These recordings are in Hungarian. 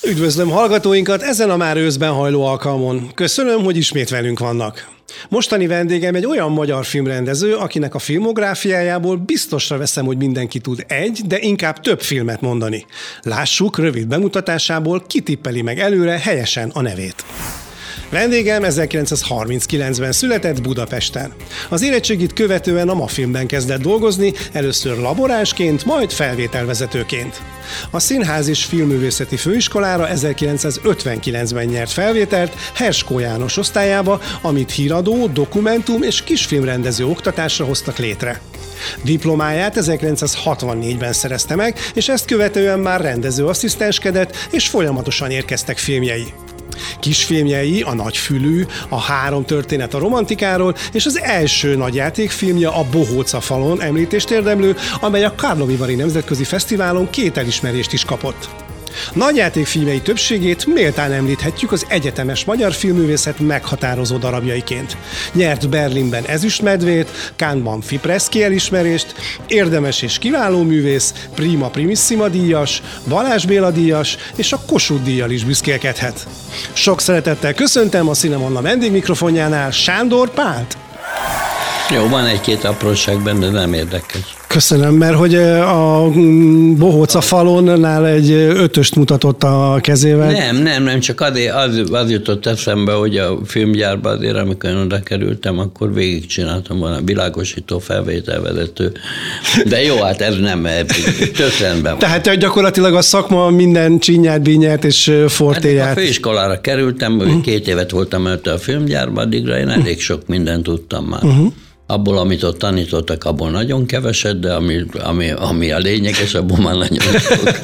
Üdvözlöm hallgatóinkat ezen a már őszben hajló alkalmon. Köszönöm, hogy ismét velünk vannak. Mostani vendégem egy olyan magyar filmrendező, akinek a filmográfiájából biztosra veszem, hogy mindenki tud egy, de inkább több filmet mondani. Lássuk, rövid bemutatásából kitippeli meg előre helyesen a nevét. Vendégem 1939-ben született Budapesten. Az érettségit követően a Mafilmben kezdett dolgozni, először laboránsként, majd felvételvezetőként. A Színház és Filmművészeti Főiskolára 1959-ben nyert felvételt Herskó János osztályába, amit híradó, dokumentum és kisfilmrendező oktatásra hoztak létre. Diplomáját 1964-ben szerezte meg, és ezt követően már rendezőasszisztenskedett, és folyamatosan érkeztek filmjei. Kisfilmjei a Nagyfülű, a 3 történet a romantikáról, és az első nagyjátékfilmje a Bohóca falon említést érdemlő, amely a Karlovi Nemzetközi Fesztiválon 2 elismerést is kapott. Nagyjátékfilmjei többségét méltán említhetjük az egyetemes magyar filmművészet meghatározó darabjaiként. Nyert Berlinben Ezüstmedvét, Cannes-ban Fipresci elismerést, érdemes és kiváló művész, Prima Primissima díjas, Balázs Béla díjas és a Kossuth díjjal is büszkélkedhet. Sok szeretettel köszöntem a Cinemanna vendégmikrofonjánál Sándor Pált. Jó, van egy-két apróság benne, de nem érdekes. Köszönöm, mert hogy a Bohóca falonnál egy 5-öst mutatott a kezével. Nem, csak az jutott eszembe, hogy a filmgyárban azért, amikor én oda kerültem, akkor végigcsináltam volna világosító, felvételvezető. De jó, hát ez nem, tök rendben van. Tehát gyakorlatilag a szakma minden csinyát, bínyát és fortéját. Hát a főiskolára kerültem, 2 évet voltam előtte a filmgyárban, addigra én elég sok mindent tudtam már. Abból, amit ott tanítottak, abból nagyon keveset, de ami a lényeges, abból már nagyon sok.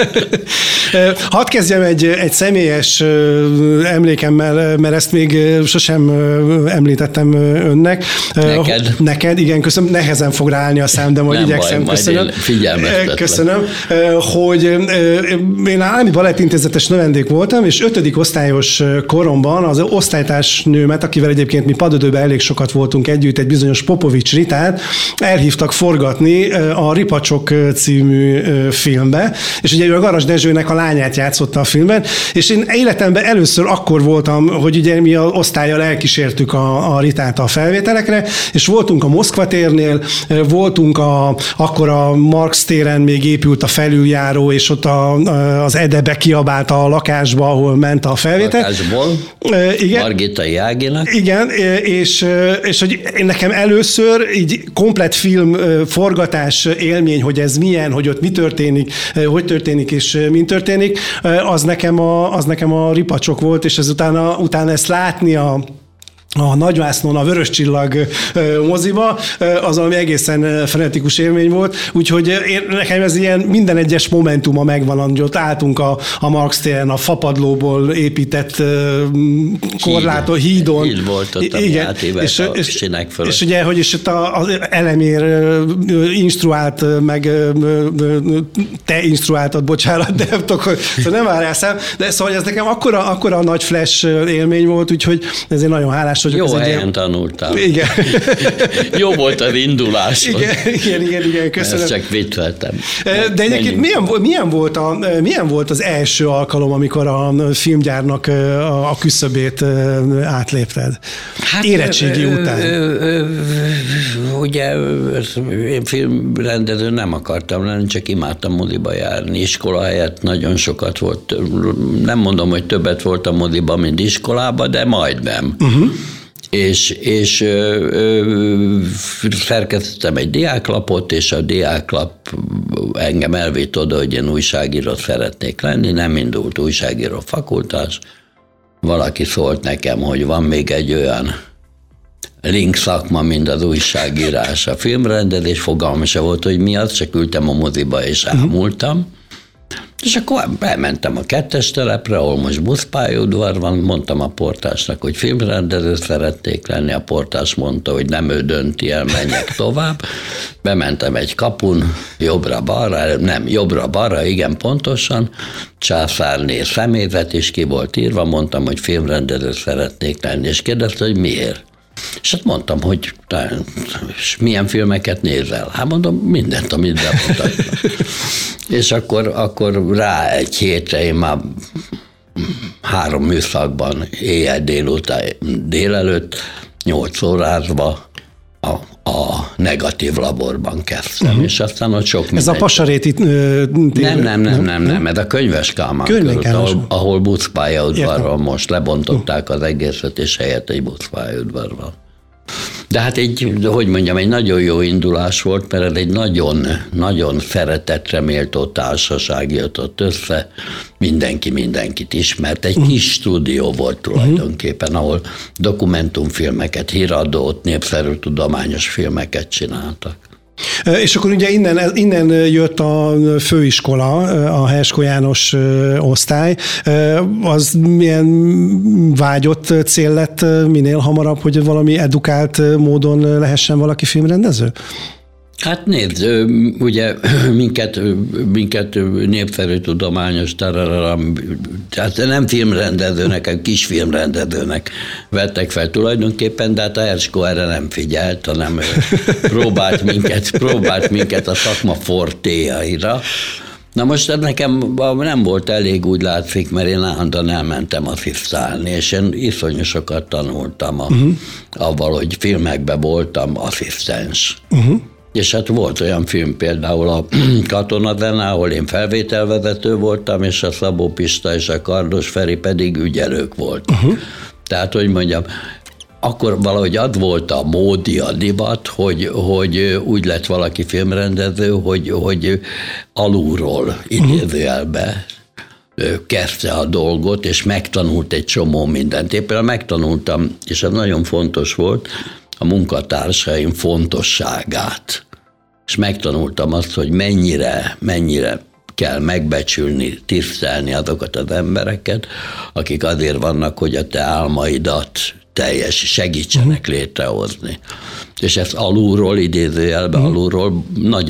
Hadd kezdjem egy személyes emlékemmel, mert ezt még sosem említettem önnek. Neked, igen, köszönöm. Nehezen fog ráállni a szám, de majd igyekszem. Köszönöm. Köszönöm. Hogy én állami balettintézetes növendék voltam, és 5. osztályos koromban az osztálytársnőmet, akivel egyébként mi padödőben elég sokat voltunk együtt, egy bizonyos Popovics Ritát elhívtak forgatni a Ripacsok című filmbe, és ugye a Garas Dezsőnek a lányát játszotta a filmben, és én életemben először akkor voltam, hogy ugye mi a osztállyal elkísértük a Ritát a felvételekre, és voltunk a Moszkva térnél, voltunk akkor a Marx téren még épült a felüljáró, és ott az Ede bekiabált a lakásba, ahol ment a felvétel. Lakásból? Igen. Margitai Áginak. Igen, és hogy nekem először így komplett film forgatás élmény, hogy ez milyen, hogy ott mi történik, hogy történik és mi történik, az nekem a Ripacsok volt, és utána ezt látni a Nagyvásznon, a Vörös Csillag moziba, az valami egészen frenetikus élmény volt, úgyhogy nekem ez ilyen minden egyes momentuma megvan, hogy ott álltunk a Marx téren, a fapadlóból épített korláton, hídon. Híd volt ott, ami átévelt a sinek fölött. És ugye, hogy is ott az Elemér instruált, meg te instruáltad, bocsánat, de nem várjál szám, de szóval ez nekem akkora nagy flash élmény volt, úgyhogy ezért nagyon hálás. Jó helyen tanultál. Igen. Jó volt az indulás. Igen, köszönöm. Ezt csak vicceltem. De egyébként milyen volt az első alkalom, amikor a filmgyárnak a küszöbét átlépted? Hát, érettségi után. Ugye én filmrendező nem akartam lenni, csak imádtam moziba járni. Iskola helyett nagyon sokat volt. Nem mondom, hogy többet volt a moziba, mint iskolában, de majdnem. És szerkesztettem egy diáklapot, és a diáklap engem elvitt oda, hogy én újságírót szeretnék lenni, nem indult újságíró fakultás. Valaki szólt nekem, hogy van még egy olyan link szakma, mint az újságírás. A filmrendezés fogalma se volt, hogy mi az, csak ültem a moziba és ámultam. És akkor elmentem a 2-es telepre, ahol most buszpályaudvar van, mondtam a portásnak, hogy filmrendező szeretnék lenni, a portás mondta, hogy nem ő dönti el, menjek tovább. Bementem egy kapun, jobbra-balra, igen pontosan, Császárné személyzet is ki volt írva, mondtam, hogy filmrendező szeretnék lenni, és kérdezte, hogy miért. És hát mondtam, hogy és milyen filmeket nézel? Hát mondom, mindent, amit bemutatnak. És akkor rá egy hétre én már 3 műszakban, éjjel, délután, délelőtt, 8 órázva a negatív laborban kezdtem, és aztán ott sok minden. Ez a Pasaréti... Nem, ez a Könyves Kálmán körút, ahol buszpályaudvar most lebontották az egészet, és helyett egy buszpályaudvar van. De hát egy nagyon jó indulás volt, mert ez egy nagyon, nagyon szeretetre méltó társaság jött ott össze, mindenki mindenkit ismert. Egy kis stúdió volt tulajdonképpen, ahol dokumentumfilmeket, híradót, népszerű tudományos filmeket csináltak. És akkor ugye innen jött a főiskola, a Herskó János osztály. Az milyen vágyott cél lett minél hamarabb, hogy valami edukált módon lehessen valaki filmrendező? Hát nézd, ugye minket népszerű tudományos, tehát nem filmrendezőnek, hanem kisfilmrendezőnek vettek fel tulajdonképpen, de hát a Herskó erre nem figyelt, hanem próbált minket a szakma fortéjaira. Na most nekem nem volt elég, úgy látszik, mert én állandóan elmentem asszisztálni, és én iszonyú sokat tanultam avval, hogy filmekben voltam asszisztens. És hát volt olyan film például a Katonazene, ahol én felvételvezető voltam, és a Szabó Pista és a Kardos Feri pedig ügyelők voltak. Tehát, hogy mondjam, akkor valahogy az volt a módi, a divat, hogy úgy lett valaki filmrendező, hogy alulról idézőjelbe kezdte a dolgot, és megtanult egy csomó mindent. Én például megtanultam, és ez nagyon fontos volt, a munkatársaim fontosságát. És megtanultam azt, hogy mennyire kell megbecsülni, tisztelni azokat az embereket, akik azért vannak, hogy a te álmaidat segítsenek létrehozni. És ezt alulról, idézőjelben alulról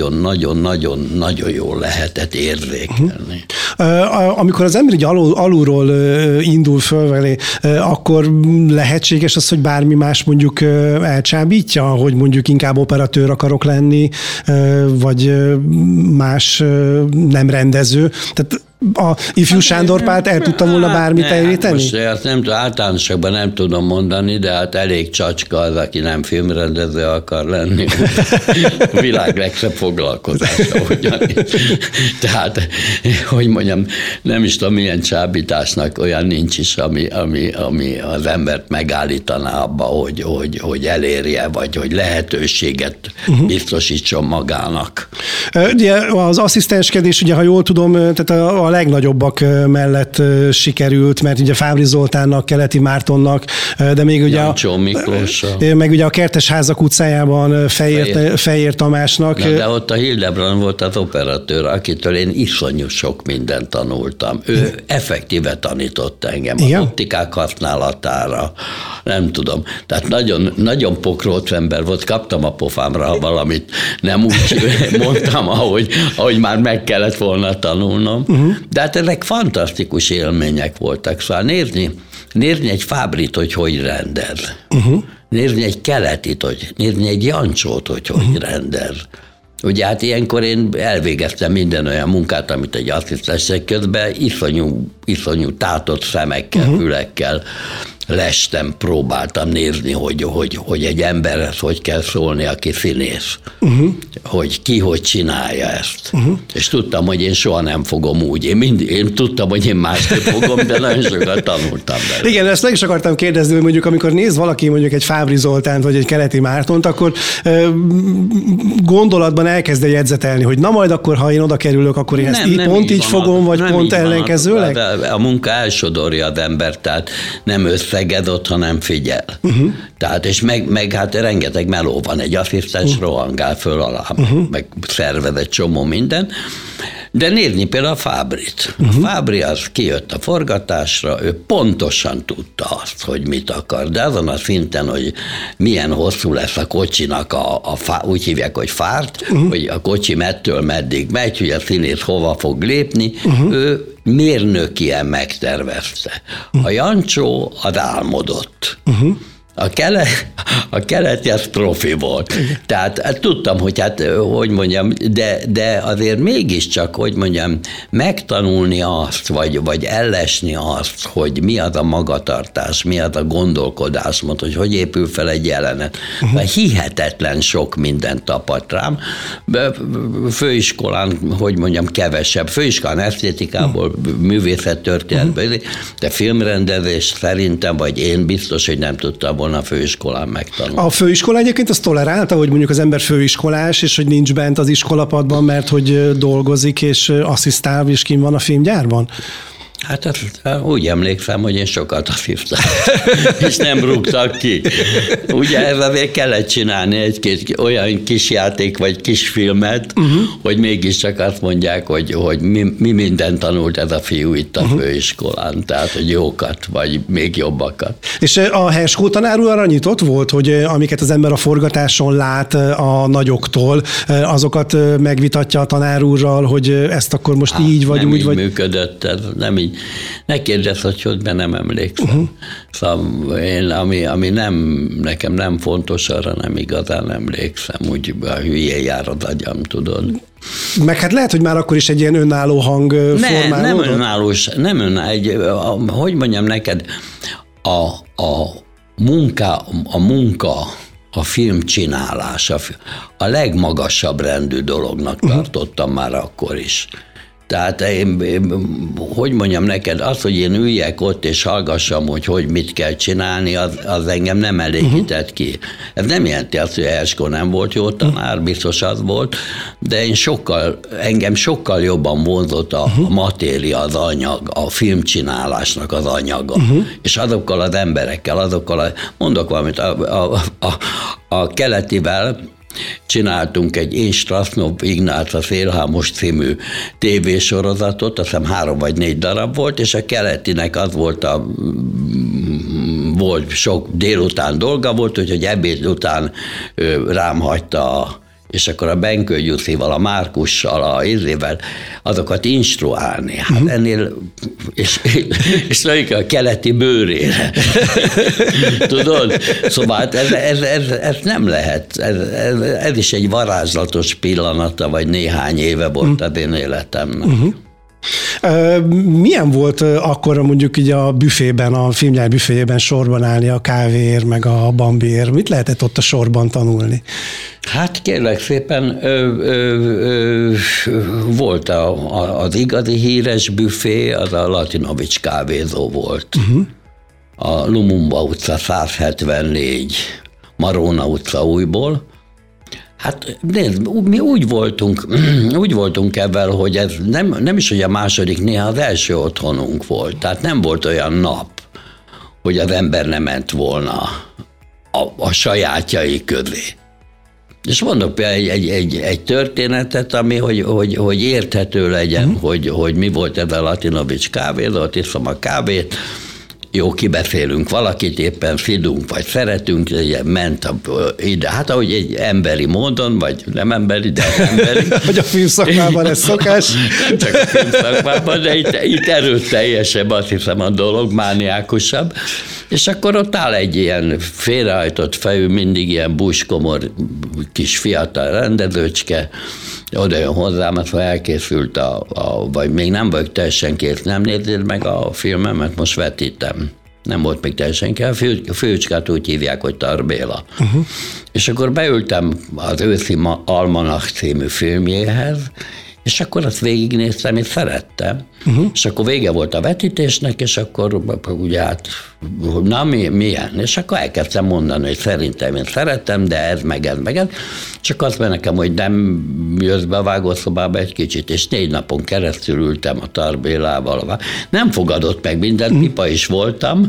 nagyon jól lehetett érzékelni. Amikor az ember így alulról indul fölfelé, akkor lehetséges az, hogy bármi más mondjuk elcsábítja, hogy mondjuk inkább operatőr akarok lenni, vagy más nem rendező. Tehát a ifjú Sándor Pált el tudta volna bármit elvéteni? Most ezt általánosakban nem tudom mondani, de hát elég csacska az, aki nem filmrendező akar lenni. A világ legszebb foglalkozása ugyanis. Tehát, hogy mondjam, nem is tudom, milyen csábításnak olyan nincs is, ami az embert megállítaná abba, hogy elérje, vagy hogy lehetőséget biztosítson magának. Ugye az asszisztenskedés, ugye, ha jól tudom, tehát a legnagyobbak mellett sikerült, mert ugye Fábry Zoltánnak, Keleti Mártonnak, de még ugye meg ugye a Kertesházak utcájában Fejér Tamásnak. De ott a Hildebrand volt az operatőr, akitől én iszonyú sok mindent tanultam. Ő effektíve tanított engem az optikák használatára, nem tudom. Tehát nagyon pokrolt ember volt, kaptam a pofámra, ha valamit nem úgy mondtam, ahogy már meg kellett volna tanulnom. De hát ezek fantasztikus élmények voltak. Szóval nézni egy Fábrit, hogy rendez. Nézni egy Keletit, nézni egy Jancsót, hogy rendez. Ugye hát ilyenkor én elvégeztem minden olyan munkát, amit egy asszisztensek közben iszonyú tátott szemekkel, fülekkel lestem, próbáltam nézni, hogy egy emberhez hogy kell szólni, aki színész. Hogy ki hogy csinálja ezt. És tudtam, hogy én soha nem fogom úgy. Én tudtam, hogy én másképp fogom, de nagyon sokat tanultam belőle. Igen, ezt meg is akartam kérdezni, hogy mondjuk amikor néz valaki mondjuk egy Fábry Zoltánt, vagy egy Keleti Mártont, akkor gondolatban elkezd jegyzetelni, hogy na majd akkor, ha én oda kerülök, akkor én ezt pont így fogom, vagy pont ellenkezőleg? A munka elsodorja az embert, tehát nem összeged ott, hanem figyel. Tehát, és meg hát rengeteg meló van, egy asszisztens rohangál föl alá, meg szervez egy csomó minden. De nézni például a Fábrit. A Fábry az kijött a forgatásra, ő pontosan tudta azt, hogy mit akar, de azon a szinten, hogy milyen hosszú lesz a kocsinak, úgy hívják, hogy fárt, hogy a kocsi mettől meddig megy, hogy a színész hova fog lépni, ő mérnökien megtervezte. A Jancsó az álmodott. A keleti az profi volt. Tehát tudtam, hogy hogy mondjam, de azért mégiscsak, hogy mondjam, megtanulni azt, vagy ellesni azt, hogy mi az a magatartás, mi az a gondolkodásmód, hogy épül fel egy jelenet. Mert hihetetlen sok mindent tapadt rám. Főiskolán, hogy mondjam, kevesebb. Főiskolán esztétikából, művészettörténetből, de filmrendezés szerintem, vagy én biztos, hogy nem tudtam volna a főiskolán megtanulni. A főiskola egyébként azt tolerálta, hogy mondjuk az ember főiskolás, és hogy nincs bent az iskolapadban, mert hogy dolgozik, és asszisztál, és kint van a filmgyárban? Hát úgy emlékszem, hogy én sokat asszisztáltam, és nem rúgtak ki. Ugye ez azért kellett csinálni egy-két olyan kis játék, vagy kis filmet, hogy mégiscsak azt mondják, hogy mi mindent tanult ez a fiú itt a főiskolán, tehát hogy jókat, vagy még jobbakat. És a Herskó tanár úr arra nyitott volt, hogy amiket az ember a forgatáson lát a nagyoktól, azokat megvitatja a tanár úrral, hogy ezt akkor most így vagy nem úgy így vagy... működött ez, nem így. Ne kérdezz, hogy nem emlékszem. Szóval én, ami nekem nem fontos, arra nem igazán emlékszem, úgy a hülye jár az agyam, tudod. Meg hát lehet, hogy már akkor is egy ilyen önálló hang formálódott? Nem önállós, hogy mondjam neked, a munka, a filmcsinálás, a legmagasabb rendű dolognak tartottam már akkor is. Tehát hogy mondjam neked, az, hogy én üljek ott és hallgassam, hogy mit kell csinálni, az engem nem elégített ki. Ez nem jelenti azt, hogy Herskó nem volt jó tanár, biztos az volt, de engem sokkal jobban vonzott a matéria, az anyag, a filmcsinálásnak az anyaga. És azokkal az emberekkel, mondok valamit, a keletivel csináltunk én Strasznov Ignác a Szélhámos című tévésorozatot, azt hiszem 3 vagy 4 darab volt, és a keletinek az volt sok délután dolga volt, úgyhogy ebéd után rám hagyta és akkor a Benkő Gyuszival, a Márkussal, a Izével azokat instruálni. Hát ennél, és a keleti bőrére. Tudod? Szóval ez nem lehet. Ez is egy varázslatos pillanata, vagy néhány éve volt az én életemnek. Milyen volt akkor mondjuk így a büfében, a filmgyár büféjében sorban állni a kávéért, meg a bambiért? Mit lehetett ott a sorban tanulni? Hát kérlek szépen, volt az igazi híres büfé, az a Latinovics kávézó volt. A Lumumba utca 174, Maróna utca újból. Hát nézd, mi úgy voltunk ebben, hogy ez nem is, hogy a második, néha az első otthonunk volt. Tehát nem volt olyan nap, hogy az ember nem ment volna a sajátjai közé. És mondok például egy történetet, ami, hogy érthető legyen, hogy mi volt ez a Latinovics kávézó, ott iszom a kávét, jó, kibeszélünk valakit, éppen fidunk, vagy szeretünk, ment ide, hát ahogy egy emberi módon, vagy nem emberi, de emberi. Hogy a filmszakmában ez szokás. Nem csak a filmszakmában, de itt erőteljesebb, azt hiszem a dolog, mániákusabb. És akkor ott áll egy ilyen félrehajtott fejű, mindig ilyen buskomor kis fiatal rendezőcske, oda jön hozzám, mert elkészült vagy még nem vagyok teljesen kész, nem nézed meg a filmemet, most vetítem. Nem volt még teljesen kell, a főcskát úgy hívják, hogy Tar Béla. És akkor beültem az Őszi Almanach című filmjéhez, és akkor azt végignéztem, és szerettem. És akkor vége volt a vetítésnek, és akkor ugye hát, na milyen? És akkor elkezdtem mondani, hogy szerintem én szerettem, de ez meg ez. Csak azt mondja nekem, hogy nem jössz be a vágószobába egy kicsit, és 4 napon keresztül ültem a Tar Bélával. Nem fogadott meg mindent, pipa is voltam,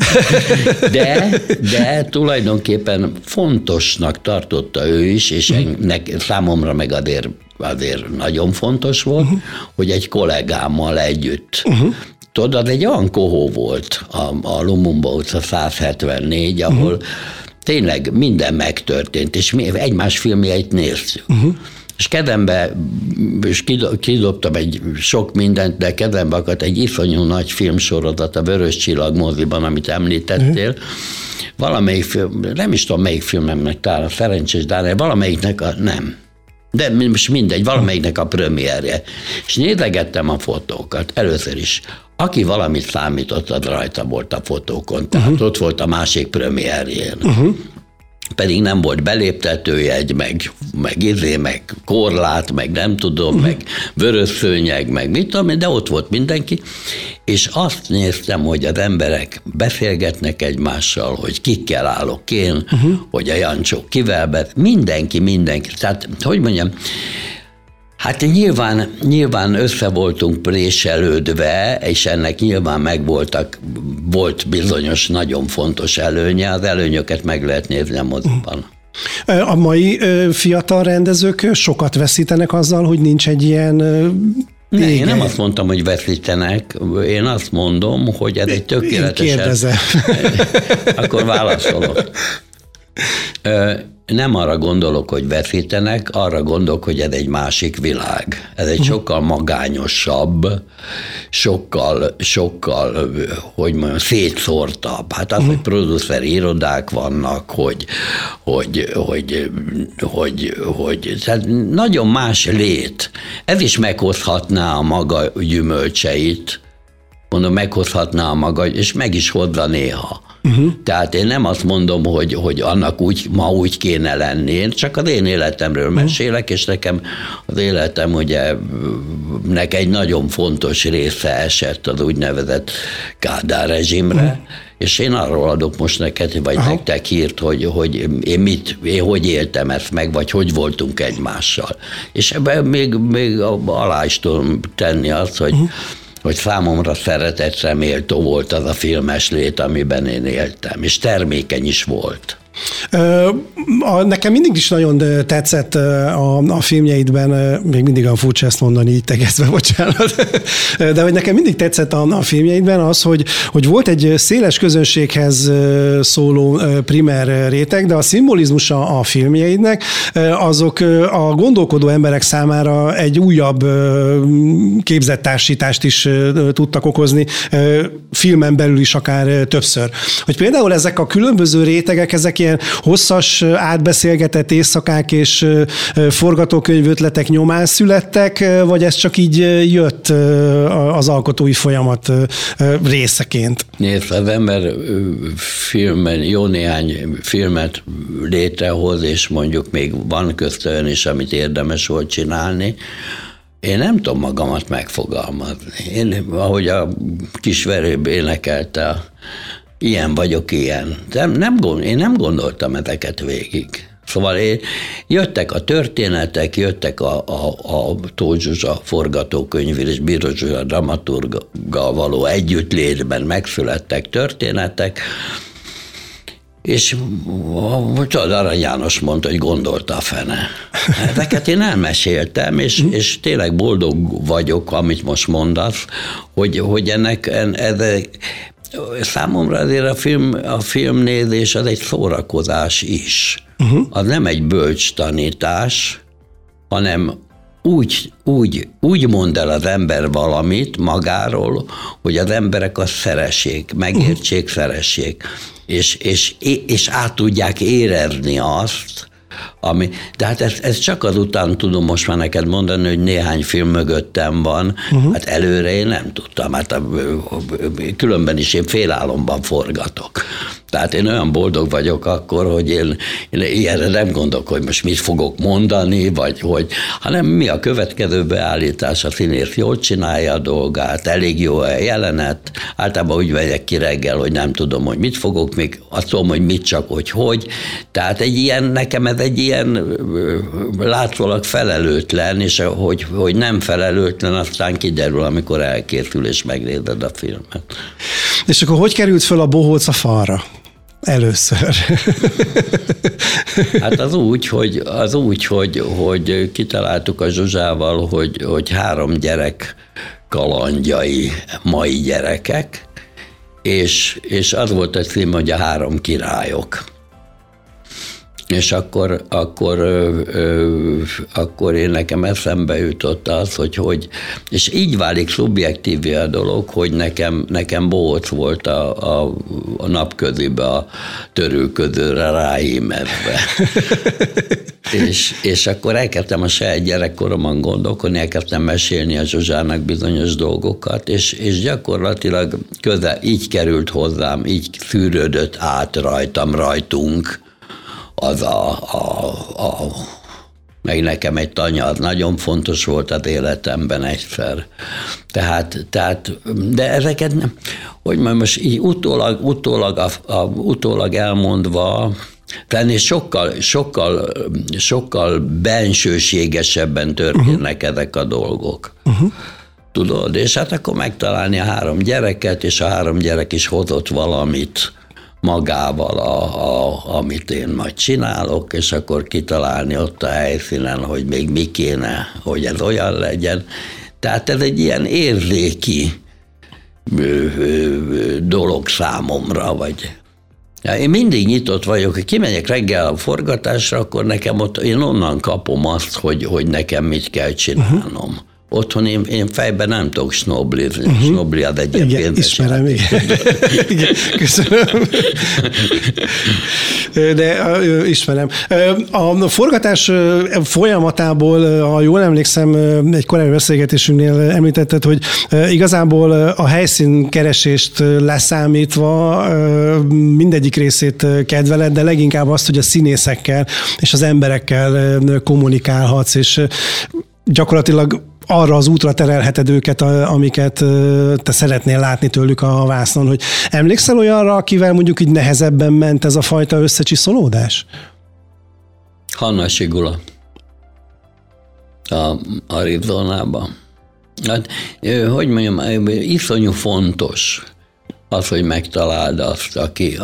de tulajdonképpen fontosnak tartotta ő is, és számomra meg azért nagyon fontos volt, hogy egy kollégámmal együtt. Tudod, az egy olyan kohó volt a Lumumba utca 174, ahol tényleg minden megtörtént, és mi egymás filmjeit néztük. És kedvembe, és kidobtam egy sok mindent, de kedvembe akadt egy iszonyú nagy filmsorozat a Vörös Csillag moziban, amit említettél. Valamelyik film, nem is tudom melyik filmemnek, talán a Szerencsés Dániel, valamelyiknek nem. De most mindegy, valamelyiknek a premierje. És nézegettem a fotókat, először is. Aki valamit számított, az rajta volt a fotókon, tehát ott volt a másik premierjén. Pedig nem volt beléptetőjegy, meg korlát, meg nem tudom, meg vörös szőnyeg, meg mit tudom, de ott volt mindenki, és azt néztem, hogy az emberek beszélgetnek egymással, hogy kikkel állok én, hogy a Jancsó kivel mindenki, tehát, hogy mondjam, hát nyilván össze voltunk préselődve, és ennek nyilván volt bizonyos nagyon fontos előnye, az előnyöket meg lehet nézni a moziban. A mai fiatal rendezők sokat veszítenek azzal, hogy nincs egy ilyen... Én nem azt mondtam, hogy veszítenek, én azt mondom, hogy ez egy tökéletesen... Én kérdezem. Akkor válaszolok. Nem arra gondolok, hogy veszítenek, arra gondolok, hogy ez egy másik világ. Ez egy sokkal magányosabb, sokkal, hogy mondjam, szétszórtabb. Hát az, hogy produceri irodák vannak, hogy tehát nagyon más lét. Ez is meghozhatná a maga gyümölcseit, mondom, meghozhatná a maga, és meg is hozza néha. Tehát én nem azt mondom, hogy annak ma úgy kéne lenni, én csak az én életemről mesélek, és nekem az életem ugye nek egy nagyon fontos része esett az úgynevezett Kádár rezsimre, és én arról adok most neked, vagy nektek hírt, hogy én hogy éltem ezt meg, vagy hogy voltunk egymással. És ebben még alá is tudom tenni azt, hogy számomra szeretetre méltó volt az a filmes lét, amiben én éltem, és termékeny is volt. Nekem mindig is nagyon tetszett a filmjeidben, még mindig olyan furcsa ezt mondani, így tegezve, bocsánat, de hogy nekem mindig tetszett a filmjeidben az, hogy volt egy széles közönséghez szóló primer réteg, de a szimbolizmusa a filmjeidnek, azok a gondolkodó emberek számára egy újabb képzettársítást is tudtak okozni, filmen belül is akár többször. Hogy például ezek a különböző rétegek, ezek ilyen hosszas átbeszélgetett éjszakák és forgatókönyvötletek nyomán születtek, vagy ez csak így jött az alkotói folyamat részeként? Nézd, az ember filmen, jó néhány filmet létrehoz, és mondjuk még van közt olyan is, amit érdemes volt csinálni. Én nem tudom magamat megfogalmazni. Én, ahogy a Kisverőbb énekelte, ilyen vagyok, ilyen. Én nem gondoltam ezeket végig. Szóval jöttek a történetek, jöttek a Tóth Zsuzsa forgatókönyvíró és Bíró Zsuzsa dramaturggal való együttlétben megszülettek történetek, és tudod, Arany János mondta, hogy gondolta a fene. Ezeket én elmeséltem, és tényleg boldog vagyok, amit most mondasz, hogy ennek számomra azért a filmnézés az egy szórakozás is. Az nem egy bölcs tanítás, hanem úgy mond el az ember valamit magáról, hogy az emberek azt szeressék, megértsék, szeressék, és át tudják érezni azt, de hát ezt csak azután tudom most már neked mondani, hogy néhány film mögöttem van, hát előre én nem tudtam, hát különben is én félálomban forgatok. Tehát én olyan boldog vagyok akkor, hogy én ilyenre nem gondolok, hogy most mit fogok mondani, hanem mi a következő beállítás, a színész jól csinálja a dolgát, elég jó a jelenet, általában úgy megyek ki reggel, hogy nem tudom, hogy mit fogok, még azt tudom, hogy mit csak, hogy. Tehát nekem ez egy ilyen látszólag felelőtlen, és hogy nem felelőtlen, aztán kiderül, amikor elkészül és megnézed a filmet. És akkor hogy került föl a bohóc a falra? Először. Hát az úgy, hogy kitaláltuk a Zsuzsával, hogy 3 gyerek kalandjai mai gyerekek, és az volt a cím, hogy a 3 királyok. És akkor én nekem eszembe jutott az, hogy és így válik szubjektívvé a dolog, hogy nekem bohóc volt a napközibe a törülközőre ráémezve. és akkor elkezdtem a saját gyerekkoromban gondolkodni, elkezdtem mesélni a Zsuzsának bizonyos dolgokat, és gyakorlatilag így került hozzám, így szűrődött át rajtunk az meg nekem egy tanya, az nagyon fontos volt az életemben egyszer. Tehát de ezeket nem, hogy most így utólag elmondva, tenni sokkal bensőségesebben történnek ezek a dolgok. Tudod, és hát akkor megtalálni a 3 gyereket, és a 3 gyerek is hozott valamit magával, amit én majd csinálok, és akkor kitalálni ott a helyszínen, hogy még mi kéne, hogy ez olyan legyen. Tehát ez egy ilyen érzéki dolog számomra, vagy... Én mindig nyitott vagyok, hogy kimegyek reggel a forgatásra, akkor nekem ott, én onnan kapom azt, hogy nekem mit kell csinálnom. Otthon én fejben nem tudok snoblizni. Snobli az egy ilyen pénzes. Ismerem, igen. Köszönöm. De ismerem. A forgatás folyamatából, ha jól emlékszem, egy korábbi beszélgetésünknél említetted, hogy igazából a helyszínkeresést leszámítva mindegyik részét kedveled, de leginkább azt, hogy a színészekkel és az emberekkel kommunikálhatsz, és gyakorlatilag arra az útra terelheted őket, amiket te szeretnél látni tőlük a vásznon, hogy emlékszel olyanra, akivel mondjuk így nehezebben ment ez a fajta összecsiszolódás? Hanna Sigula a Arizonában. Hát, hogy mondjam, iszonyú fontos az, hogy megtaláld azt,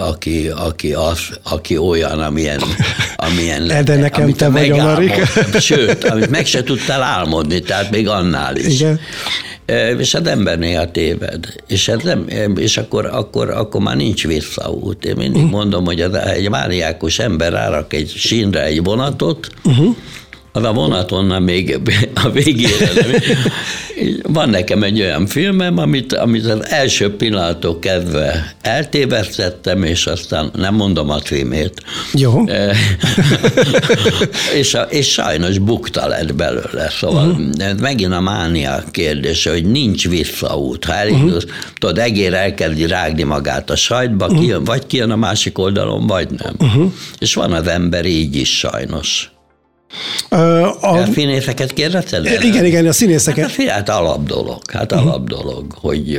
aki olyan, amilyen de nekem amit te vagy Amerika. Sőt, amit meg se tudtál álmodni, tehát még annál is. Igen. És az ember néha téved. És akkor már nincs visszaút. Én mindig mondom, hogy egy mániákus ember rárak egy sínre egy vonatot, az a vonat onnan még a végére. Van nekem egy olyan filmem, amit az első pillanattól kezdve eltévesztettem, és aztán nem mondom a címét. Jó. és sajnos bukta lett belőle. Szóval megint a mánia kérdése, hogy nincs visszaút. Ha elindulsz, tudod, egér elkezdi rágni magát a sajtba, vagy kijön a másik oldalon, vagy nem. És van az ember így is sajnos. A színészeket kérdezted? Igen, a színészeket. Hát alapdolog,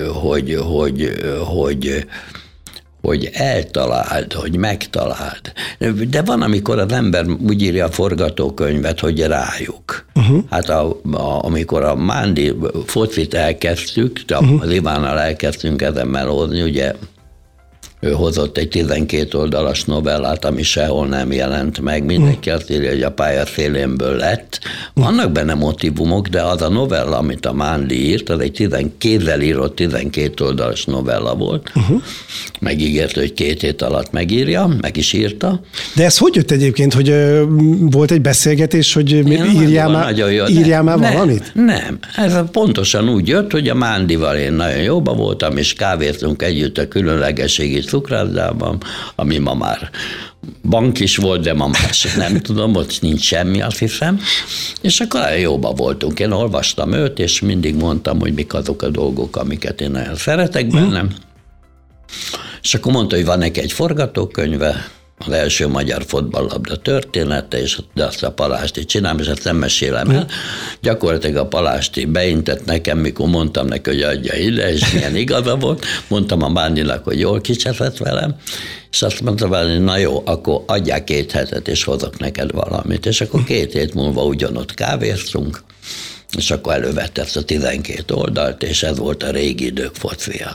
hogy eltaláld, hogy megtaláld. De van, amikor az ember úgy írja a forgatókönyvet, hogy rájuk. Hát amikor a Mándi focit elkezdtük, az Ivánnal elkezdtünk ezen melózni, ugye ő hozott egy 12 oldalas novellát, ami sehol nem jelent meg. Mindenki azt írja, hogy a pálya szélénből lett. Vannak benne motivumok, de az a novella, amit a Mándi írt, az egy kézzel írott 12 oldalas novella volt. Megígért, hogy 2 hét alatt megírja, meg is írta. De ez hogy jött egyébként, hogy volt egy beszélgetés, hogy írjál már valamit? Nem. Ez pontosan úgy jött, hogy a Mándival én nagyon jóba voltam, és kávéztunk együtt a különlegességi Cukrászdában, ami ma már bank is volt, de ma már nem tudom, ott nincs semmi, azt hiszem. És akkor nagyon jóba voltunk. Én olvastam őt, és mindig mondtam, hogy mik azok a dolgok, amiket én nagyon szeretek bennem. És akkor mondta, hogy van neki egy forgatókönyve, az első magyar fotballabda története, és azt a Palásti csinálom, és ezt nem mesélem el. Gyakorlatilag a Palásti beintett nekem, mikor mondtam neki, hogy adja ide, és milyen igaza volt. Mondtam a Mándinak, hogy jól kicseszett velem, és azt mondta vele, na jó, akkor adjál 2 hetet, és hozok neked valamit. És akkor 2 hét múlva ugyanott kávéztunk, és akkor elővett ezt a 12 oldalt, és ez volt a régi idők focija.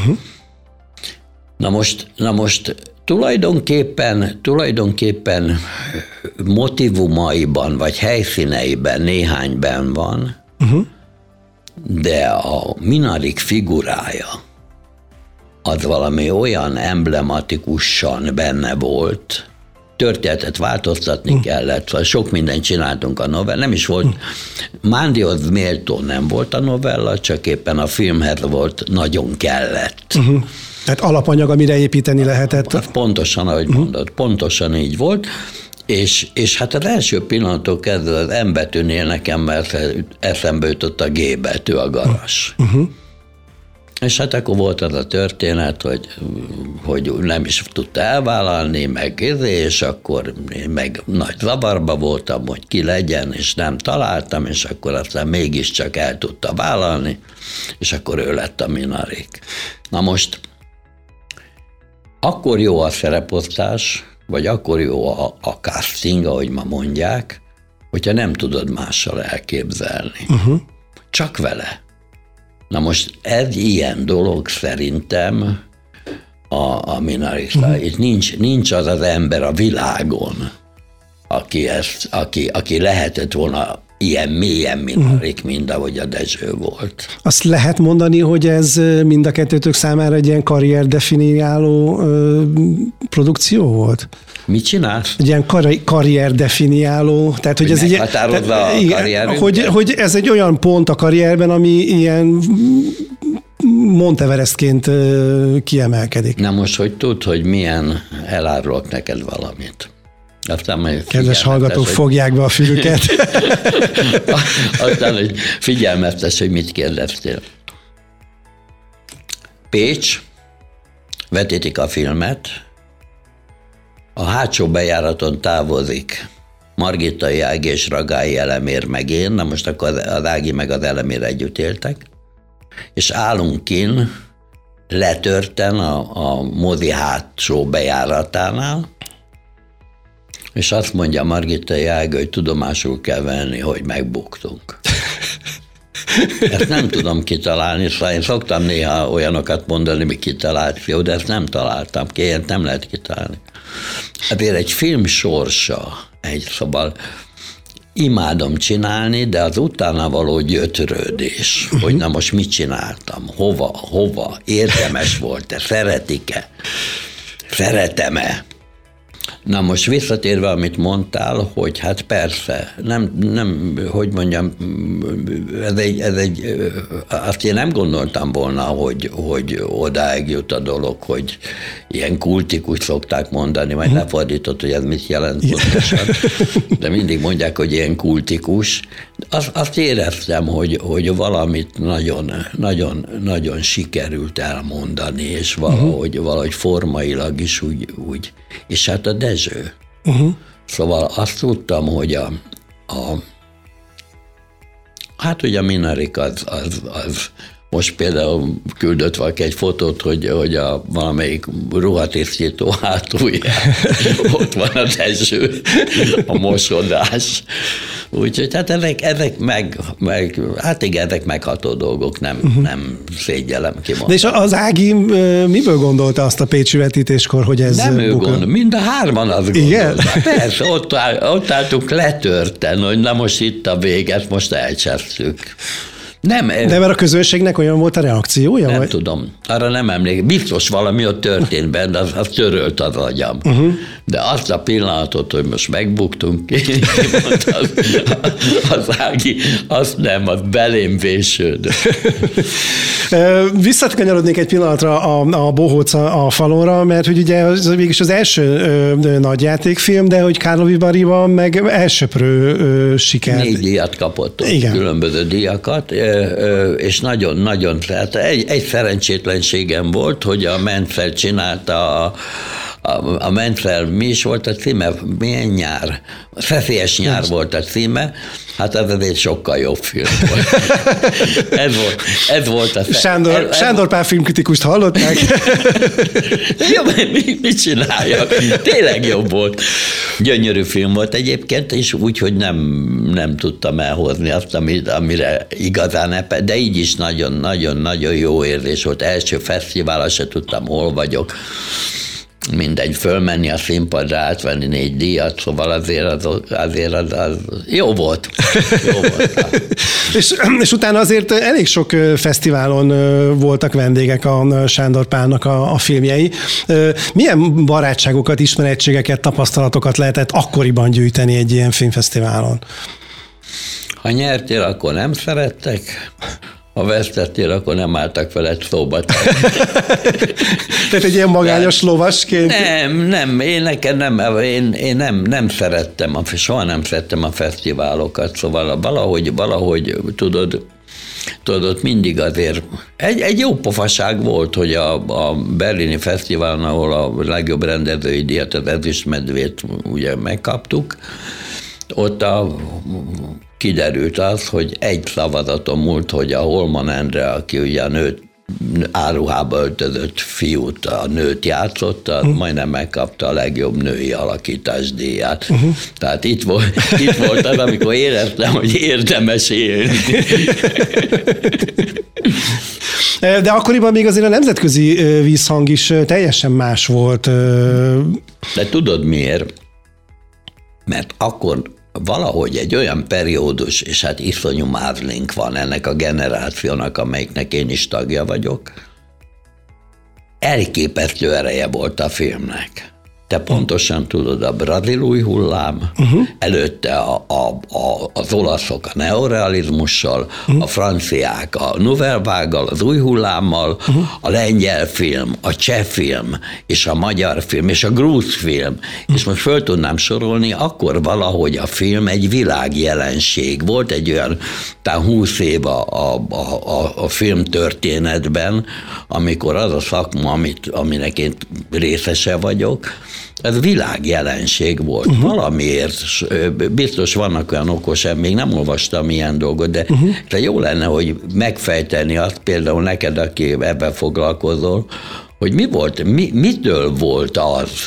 Na most tulajdonképpen motivumaiban, vagy helyszíneiben néhányben van, de a Minarik figurája az valami olyan emblematikusan benne volt, történetet változtatni kellett, szóval sok mindent csináltunk a novella, nem is volt, Mándihoz méltó nem volt a novella, csak éppen a filmhez volt, nagyon kellett. Tehát alapanyag, amire építeni lehetett. Az pontosan, ahogy mondod, pontosan így volt, és hát az első pillanattól kezdve az M betűnél nekem eszembe jutott a G betű, a garas. És hát akkor volt az a történet, hogy nem is tudta elvállalni, és akkor én meg nagy zavarba voltam, hogy ki legyen, és nem találtam, és akkor aztán mégiscsak el tudta vállalni, és akkor ő lett a Minarik. Na most, akkor jó a szereposztás, vagy akkor jó a casting, ahogy ma mondják, hogyha nem tudod mással elképzelni. Csak vele. Na most ez ilyen dolog szerintem a Minariknál. Itt nincs az az ember a világon, aki lehetett volna ilyen mélyen Minarik, mint ahogy a Dezső volt. Azt lehet mondani, hogy ez mind a kettőtök számára egy ilyen karrierdefiniáló produkció volt? Mit csinálsz? Egy ilyen karrierdefiniáló, tehát hogy ez így, meghatározza a karrierünket? hogy ez egy olyan pont a karrierben, ami ilyen Monteverestként kiemelkedik. Na most, hogy tudd, hogy milyen, elárulok neked valamit. Kedves hallgatók, fogják be a fülüket. Aztán, hogy figyelmeztes, hogy mit kérdeztél. Pécs, vetítik a filmet, a hátsó bejáraton távozik Margitai Ági és Ragályi Elemér meg én, na most akkor az Ági meg az Elemér együtt éltek, és állunk kinn letörten a mozi hátsó bejáratánál, és azt mondja Margitai Ági, hogy tudomásul kell venni, hogy megbuktunk. Ezt nem tudom kitalálni, szóval én szoktam néha olyanokat mondani, mi kitalált, jó, de ezt nem találtam ki, ilyet nem lehet kitalálni. Ezért egy film sorsa, szóval imádom csinálni, de az utána való gyötrődés, hogy na most mit csináltam, hova, érdemes volt-e, szeretik-e, szeretem-e. Na most visszatérve, amit mondtál, hogy hát persze, nem hogy mondjam, azt én nem gondoltam volna, hogy odáig jut a dolog, hogy ilyen kultikus szokták mondani, majd lefordított, hogy ez mit jelent pontosan, de mindig mondják, hogy ilyen kultikus. Azt éreztem, hogy valamit nagyon sikerült elmondani, és valahogy formailag is úgy. És hát a Dezső. Szóval azt tudtam, hogy hát ugye a Minarik az most például küldött valaki egy fotót, hogy a valamelyik ruhatisztító hátulján ott van a Dezső, a mosodás. Úgyhogy hát ezek hát igen, ezek megható dolgok, nem szégyellem kimondani. De és az Ági miből gondolta azt a pécsi vetítéskor, hogy ez nem ő gondol, mind a hárman azt gondolták. Persze, ott álltunk letörten, hogy na most itt a véget, most elcsesztük. Nem, de mert a közönségnek olyan volt a reakciója? Nem tudom, arra nem emlékszem. Biztos valami ott történt benne, az törölt az agyam. De azt a pillanatot, hogy most megbuktunk, mondta az Ági, azt nem, az belém vésődött. Visszakanyarodnék egy pillanatra a Bohóc a falonra, mert hogy ugye mégis az első nagyjátékfilm, de hogy Karlovy Varyban meg elsöprő sikert. 4 díjat kapott, különböző díjakat, és nagyon-nagyon, tehát egy szerencsétlenségem volt, hogy a Menfeld csinálta a Menfeld, mi is volt a címe? Milyen nyár? Feszélyes nyár volt a címe, hát ez egy sokkal jobb film volt. ez volt a... Sándor Pál filmkritikust hallották? Jó, mit csináljak? Tényleg jobb volt. Gyönyörű film volt egyébként, és úgy, hogy nem tudtam elhozni azt, amire igazán de így is nagyon-nagyon jó érzés volt. Első fesztiválra se tudtam, hol vagyok. mindegy, fölmenni a színpadra, átvenni 4 díjat, szóval azért az jó volt. Jó volt. és utána azért elég sok fesztiválon voltak vendégek a Sándor Pálnak a filmjei. Milyen barátságokat, ismerettségeket, tapasztalatokat lehetett akkoriban gyűjteni egy ilyen filmfesztiválon? Ha nyertél, akkor nem szerettek, ha vesztettél, akkor nem álltak veled szóba. Tehát egy ilyen magányos lovasként? Nem, én nem szerettem, soha nem szerettem a fesztiválokat, szóval valahogy tudod, mindig azért egy jó pofaság volt, hogy a berlini fesztiválon, ahol a legjobb rendezői díjat, az Ezüstmedvét ugye megkaptuk, ott kiderült az, hogy egy szavazaton múlt, hogy a Holman Endre, aki ugye a nőt áruhába öltözött fiút, a nőt játszotta, majdnem megkapta a legjobb női alakítás díját. Tehát itt volt az, amikor éreztem, hogy érdemes élni. De akkoriban még azért a nemzetközi vízhang is teljesen más volt. De tudod miért? Mert akkor valahogy egy olyan periódus, és hát iszonyú mázlink van ennek a generációnak, amelyiknek én is tagja vagyok, elképesztő ereje volt a filmnek. Te pontosan tudod, a brazil új hullám, előtte az olaszok a neorealizmussal, a franciák a nouvelle vague-gal, az új hullámmal, a lengyel film, a cseh film, és a magyar film, és a grúz film, és most föl tudnám sorolni, akkor valahogy a film egy világjelenség volt, egy olyan talán 20 év a filmtörténetben, amikor az a szakma, aminek én részese vagyok, ez világjelenség volt. Valamiért, biztos vannak olyan okos, még nem olvastam ilyen dolgot, de jó lenne, hogy megfejteni azt, például neked, aki ebben foglalkozol, hogy mi volt, mitől volt az,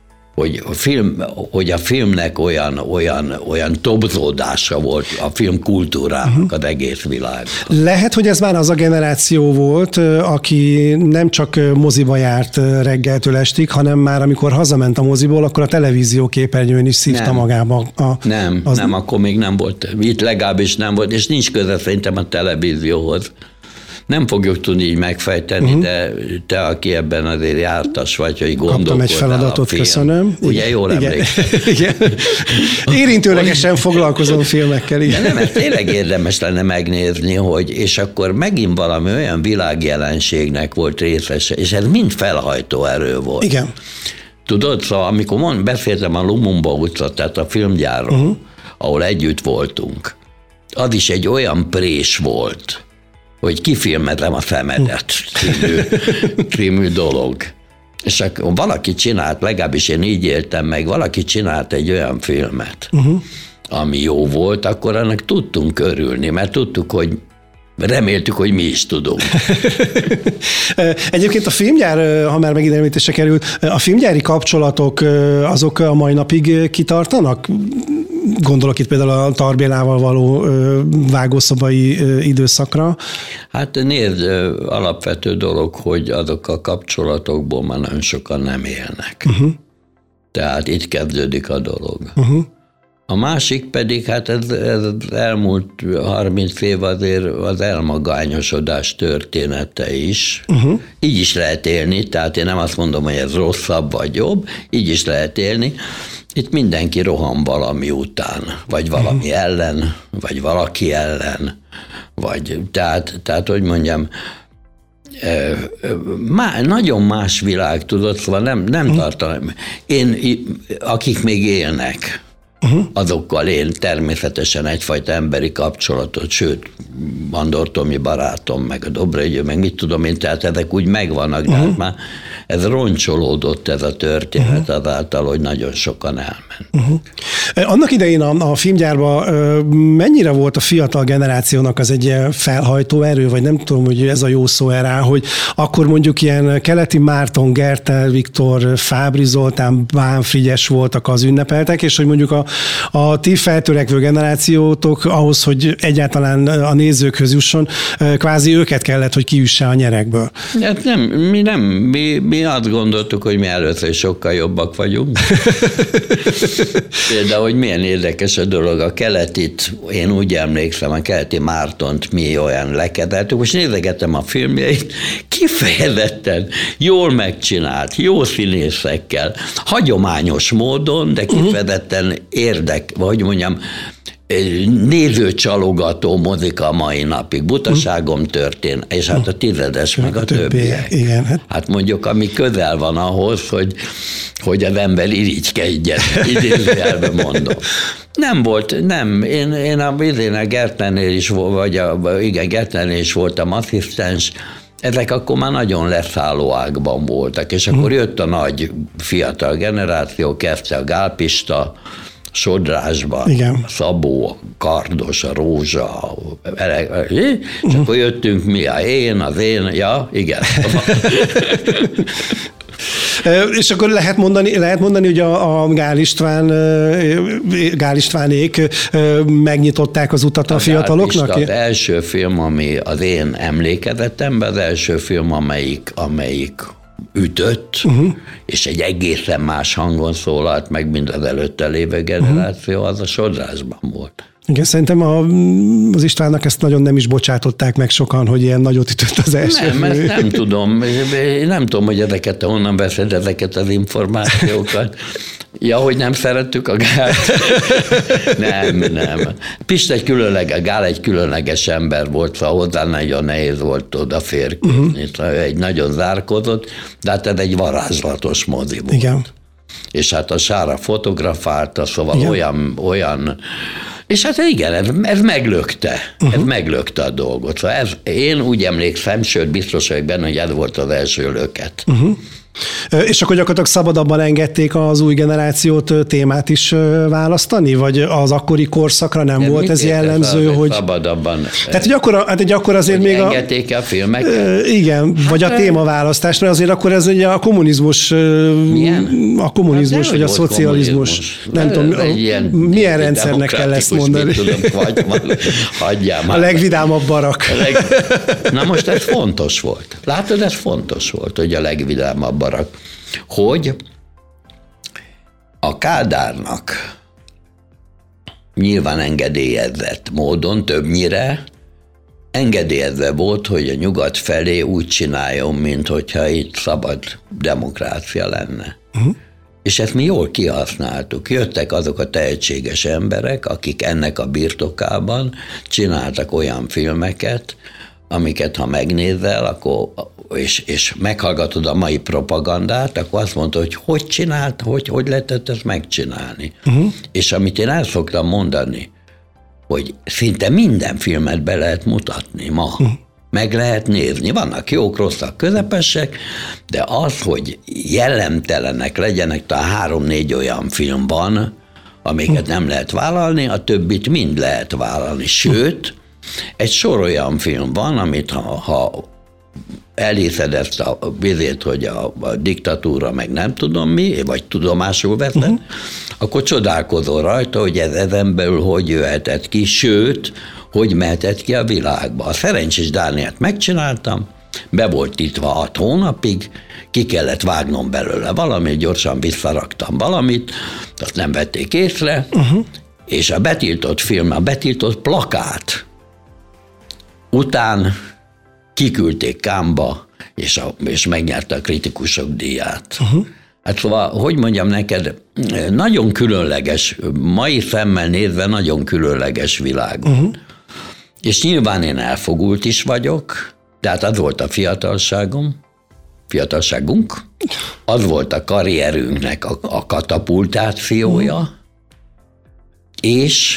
hogy a filmnek olyan tobzódása volt a filmkultúrának az egész világ. Lehet, hogy ez már az a generáció volt, aki nem csak moziba járt reggeltől estig, hanem már amikor hazament a moziból, akkor a televízió képernyőn is szívta magába. Nem, akkor még nem volt. Itt legalábbis nem volt, és nincs köze szerintem a televízióhoz. Nem fogjuk tudni így megfejteni, de te, aki ebben azért jártas vagy, hogy gondolkodnál. Kaptam egy feladatot, köszönöm. Ugye jól emlékszem. Igen. Érintőlegesen foglalkozom filmekkel. Igen. De nem, ez tényleg érdemes lenne megnézni, és akkor megint valami olyan világjelenségnek volt részese, és ez mind felhajtó erő volt. Igen. Tudod, szóval amikor beszéltem a Lumumba utca, tehát a filmgyárról, ahol együtt voltunk, az is egy olyan prés volt, hogy kifilmezem a szemedet című dolog. És akkor valaki csinált, legalábbis én így éltem meg, valaki csinált egy olyan filmet, ami jó volt, akkor annak tudtunk örülni, mert tudtuk, hogy reméltük, hogy mi is tudunk. Egyébként a filmgyár, ha már megint említésre kerül, a filmgyári kapcsolatok azok a mai napig kitartanak? Gondolok itt például a Tar Bélával való vágószobai időszakra. Hát nézd, alapvető dolog, hogy azok a kapcsolatokból már nagyon sokan nem élnek. Tehát itt kezdődik a dolog. A másik pedig, hát ez elmúlt 30 év azért az elmagányosodás története is. Így is lehet élni, tehát én nem azt mondom, hogy ez rosszabb vagy jobb, így is lehet élni. Itt mindenki rohan valami után, vagy valami ellen, vagy valaki ellen, vagy tehát hogy mondjam, nagyon más világ, tudod, szóval nem tartom. Akik még élnek, azokkal én természetesen egyfajta emberi kapcsolatot, sőt, Andor Tomi barátom, meg a Dobregy, meg mit tudom én, tehát ezek úgy megvannak, de hát már ez roncsolódott ez a történet azáltal, hogy nagyon sokan elmentek. Annak idején a filmgyárban mennyire volt a fiatal generációnak az egy felhajtó erő, vagy nem tudom, hogy ez a jó szó rá, hogy akkor mondjuk ilyen Keleti Márton, Gertel Viktor, Fábry Zoltán, Bán Frigyes voltak az ünnepeltek, és hogy mondjuk a ti feltörekvő generációtok ahhoz, hogy egyáltalán a nézőkhöz jusson, kvázi őket kellett, hogy kiüsse a nyerekből. Hát mi Mi azt gondoltuk, hogy mi először sokkal jobbak vagyunk. De hogy milyen érdekes a dolog, a keletit, én úgy emlékszem, a keleti Mártont mi olyan lekedeltük, most nézegetem a filmjeit, kifejezetten jól megcsinált, jó színészekkel, hagyományos módon, de kifejezetten hogy mondjam, nézőcsalogató mozik a mai napig. Butaságom történt, és hát a Tizedes meg a többiek. Igen. Hát mondjuk, ami közel van ahhoz, hogy az ember irigykedjen, idézőjelben mondom. Én a Gertnernél is, Gertnernél is voltam asszisztens, ezek akkor már nagyon leszálló ágban voltak, és akkor jött a nagy fiatal generáció, kezdte a Gál Pista, Sodrásban, igen. Szabó, a Kardos, a Rózsa, és akkor jöttünk mi, az én, ja, igen. És akkor lehet mondani, hogy a Gál Istvánék megnyitották az utat a fiataloknak? Az első film, ami az én emlékezetemben, az első film, amelyik ütött, és egy egészen más hangon szólalt meg, mint az előtte lévő generáció, az a Sodrásban volt. Igen, szerintem az Istvánnak ezt nagyon nem is bocsátották meg sokan, hogy ilyen nagyot ütött az első. Nem, ezt nem tudom. Én nem tudom, hogy honnan veszed ezeket az információkat. Ja, hogy nem szerettük a Gált? Nem. Pista a Gál egy különleges ember volt, szóval hozzá nagyon nehéz volt odaférkőzni. Egy nagyon zárkozott, de hát ez egy varázslatos mozi volt. Igen. És hát a Sára fotografálta, szóval olyan és hát igen, ez meglökte. Ez meglökte a dolgot. Szóval én úgy emlékszem, sőt biztos vagyok benne, hogy ez volt az első löket. És akkor gyakorlatilag szabadabban engedték az új generációt témát is választani? Vagy az akkori korszakra nem volt ez jellemző, hogy... Szabadabban... Tehát, akkor azért még engedték a filmeket? Igen, vagy a témaválasztás, mert azért akkor ez ugye a kommunizmus... Milyen? A kommunizmus, vagy a szocializmus. Nem tudom, milyen rendszernek kell ezt mondani? Hagyjál már. A legvidámabb barak. Na most ez fontos volt. Látod, ez fontos volt, hogy a legvidámabb barak. Hogy a Kádárnak nyilván engedélyezett módon többnyire engedélyezve volt, hogy a nyugat felé úgy csináljon, mint hogyha itt szabad demokrácia lenne. És ezt mi jól kihasználtuk. Jöttek azok a tehetséges emberek, akik ennek a birtokában csináltak olyan filmeket, amiket ha megnézel, akkor, és meghallgatod a mai propagandát, akkor azt mondta, hogy csinált, hogy lehetett ezt megcsinálni. És amit én el szoktam mondani, hogy szinte minden filmet be lehet mutatni ma. Meg lehet nézni. Vannak jók, rosszak, közepesek, de az, hogy jellemtelenek legyenek, talán 3-4 olyan film van, amiket nem lehet vállalni, a többit mind lehet vállalni. Sőt, egy sor olyan film van, amit ha elhiszed ezt a bizét, hogy a diktatúra meg nem tudom mi, vagy tudomásul veszed, akkor csodálkozol rajta, hogy ez ezen belül hogy jöhetett ki, sőt, hogy mehetett ki a világba. A Szerencsés Dánielt megcsináltam, be volt tiltva 6 hónapig, ki kellett vágnom belőle valamit, gyorsan visszaraktam valamit, azt nem vették észre, és a betiltott film, a betiltott plakát után kiküldték Cannesba, és megnyerte a kritikusok díját. Hát szóval, hogy mondjam neked, nagyon különleges, mai szemmel nézve nagyon különleges világ. És nyilván én elfogult is vagyok, de hát az volt a fiatalságunk, az volt a karrierünknek a katapultációja, és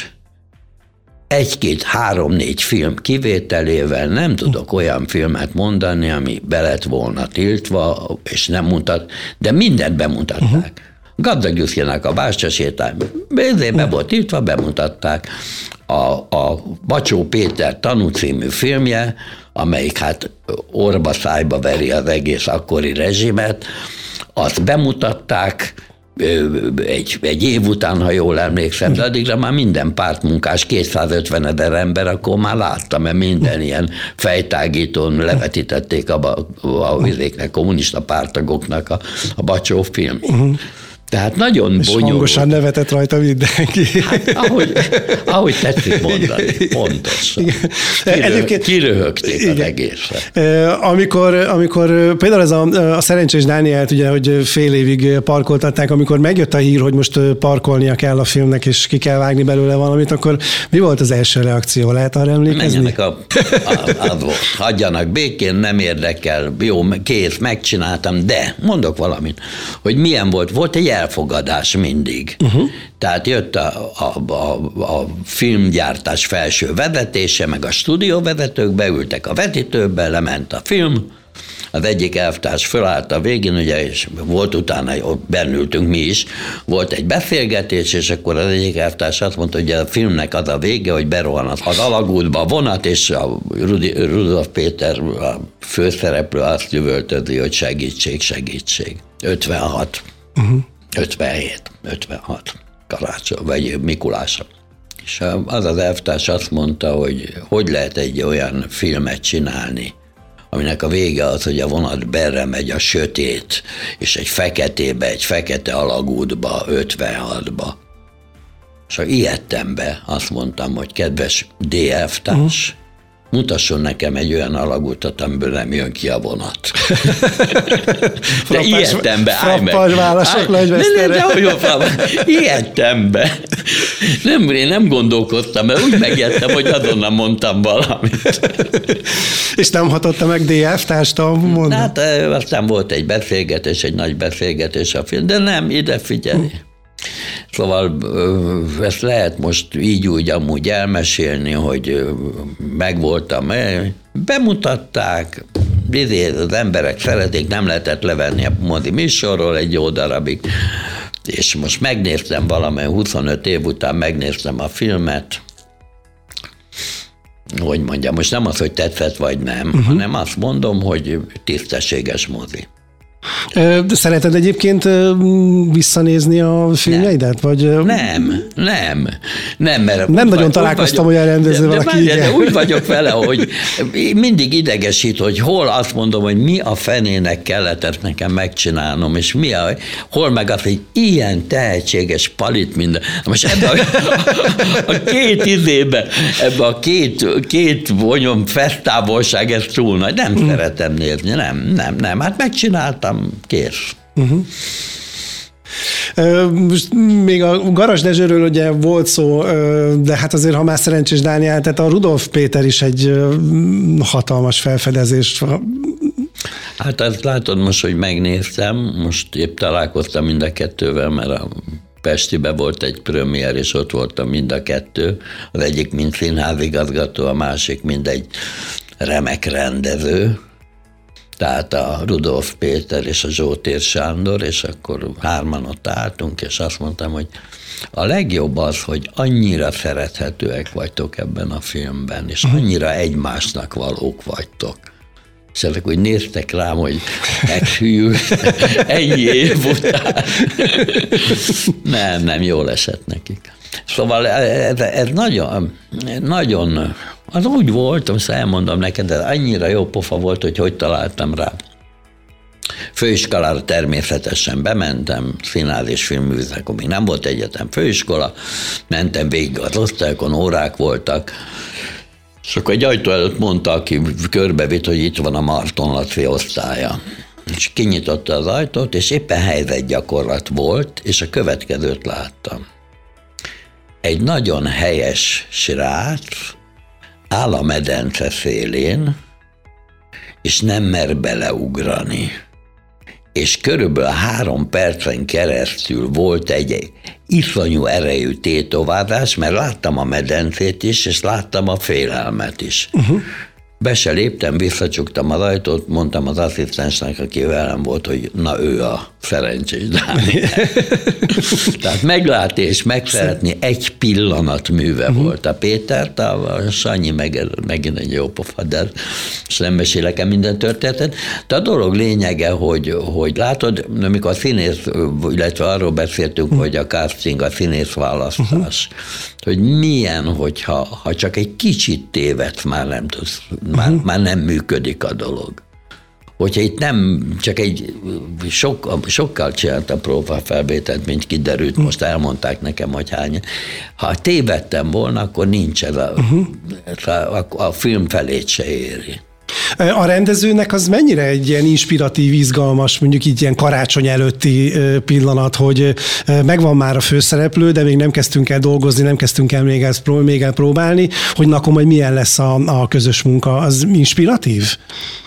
1-2-3-4 film kivételével nem tudok olyan filmet mondani, ami be lett volna tiltva, és nem mutat, de mindent bemutatták. Gazdag Juszinak a Bástya-sétány be volt tiltva, bemutatták. A Bacsó Péter Tanú című filmje, amelyik hát orba szájba veri az egész akkori rezsimet, azt bemutatták, egy év után, ha jól emlékszem, de addigra már minden pártmunkás, 250 000 ember, akkor már láttam, mert minden ilyen fejtágítón levetítették a kommunista pártagoknak a Bacsó film. Tehát nagyon és bonyolult. Hangosan nevetett rajta mindenki. Hát, ahogy tetszik mondani, pontosan. Kiröhögték az egészet. Amikor például ez a Szerencsés Dánielt, ugye, hogy fél évig parkoltatták, amikor megjött a hír, hogy most parkolnia kell a filmnek, és ki kell vágni belőle valamit, akkor mi volt az első reakció? Lehet arra emlékezni? Menjenek az volt. Hagyjanak békén, nem érdekel, jó, kész, megcsináltam, de mondok valamit, hogy milyen volt. Volt egy elfogadás mindig. Tehát jött a filmgyártás felső vezetése, meg a stúdióvezetők, beültek a vetítőbe, lement a film, az egyik elvtárs fölállt a végén, ugye, és volt utána, bennültünk mi is, volt egy beszélgetés, és akkor az egyik elvtárs azt mondta, hogy a filmnek az a vége, hogy berohan az alagútba a vonat, és a Rudolf Péter, a főszereplő azt üvöltözi, hogy segítség. 56. 56 karácsony, vagy Mikulásra. És az elvtárs azt mondta, hogy lehet egy olyan filmet csinálni, aminek a vége az, hogy a vonat berre megy a sötét, és egy fekete alagútba, 56-ba. És ijedtem be, azt mondtam, hogy kedves D-elvtárs, mutasson nekem egy olyan alagútat, amiből nem jön ki a vonat. De ijedtem be, állj meg. Ijedtem be. Én nem gondolkodtam, mert úgy megijedtem, hogy azonnal mondtam valamit. És nem hatotta meg D-elvtárst, mondom? Hát aztán volt egy nagy beszélgetés a film, de nem, ide figyelj. Szóval ezt lehet most így úgy amúgy elmesélni, hogy megvoltam, bemutatták, az emberek szeretik, nem lehetett levenni a mozi műsorról egy jó darabig, és most megnéztem valamely 25 év után megnéztem a filmet, hogy mondjam, most nem az, hogy tetszett vagy nem, hanem azt mondom, hogy tisztességes mozi. Szereted egyébként visszanézni a filmjeidet? Vagy? Nem, mert nem nagyon találkoztam olyan rendezővel, aki de úgy vagyok vele, hogy mindig idegesít, hogy hol azt mondom, hogy mi a fenének kellett nekem megcsinálnom, és hol meg az, hogy ilyen tehetséges palit minden. Most ebben a két izébe, ebbe a két vonyon fesztávolság, ez túl nagy. Nem szeretem nézni, nem. Hát megcsináltam, kész. Most még a Garas Dezsőről ugye volt szó, de hát azért, ha már Szerencsés Dániel, tehát a Rudolf Péter is egy hatalmas felfedezés. Hát azt látod most, hogy megnéztem, most épp találkoztam mind a kettővel, mert a Pestibe volt egy premier, és ott voltam mind a kettő. Az egyik mint színházigazgató, a másik mind egy remek rendező. Tehát a Rudolf Péter és a Zsótér Sándor, és akkor hárman ott álltunk, és azt mondtam, hogy a legjobb az, hogy annyira szerethetőek vagytok ebben a filmben, és annyira egymásnak valók vagytok. És ezek úgy néztek rám, hogy meghűl, ennyi év után. Nem, jól esett nekik. Szóval ez nagyon, az úgy volt, most elmondom neked, de annyira jó pofa volt, hogy találtam rá. Főiskolára természetesen bementem, színház és filmművészet, akkor még nem volt egyetem, főiskola, mentem végig az osztályokon, órák voltak, és akkor egy ajtó előtt mondta, aki körbevitt, hogy itt van a Marton Laci osztálya. És kinyitotta az ajtót, és éppen helyzetgyakorlat volt, és a következőt láttam. Egy nagyon helyes srác áll a medence szélén, és nem mer beleugrani. És körülbelül 3 percen keresztül volt egy iszonyú erejű tétovázás, mert láttam a medencét is, és láttam a félelmet is. Be se léptem, visszacsuktam az ajtót, mondtam az asszisztensnek, aki velem volt, hogy na ő a szerencsés Dániel. Tehát meglátni és megszeretni egy pillanat műve volt. A Pétert, a Sanyi megint egy jó pofa, de nem mesélek el minden történetet. De a dolog lényege, hogy látod, amikor a színész, illetve arról beszéltünk, hogy a casting, a színész választás, hogy milyen, hogyha csak egy kicsit tévedsz, már nem tudsz, már nem működik a dolog. Hogyha itt nem csak sokkal csináltam próbafelvételt, mint kiderült, most elmondták nekem, hogy hány. Ha tévedtem volna, akkor nincs ez a film felét se éri. A rendezőnek az mennyire egy ilyen inspiratív, izgalmas, mondjuk így ilyen karácsony előtti pillanat, hogy megvan már a főszereplő, de még nem kezdtünk el dolgozni, nem kezdtünk el még elpróbálni, hogy na akkor majd milyen lesz a közös munka, az inspiratív?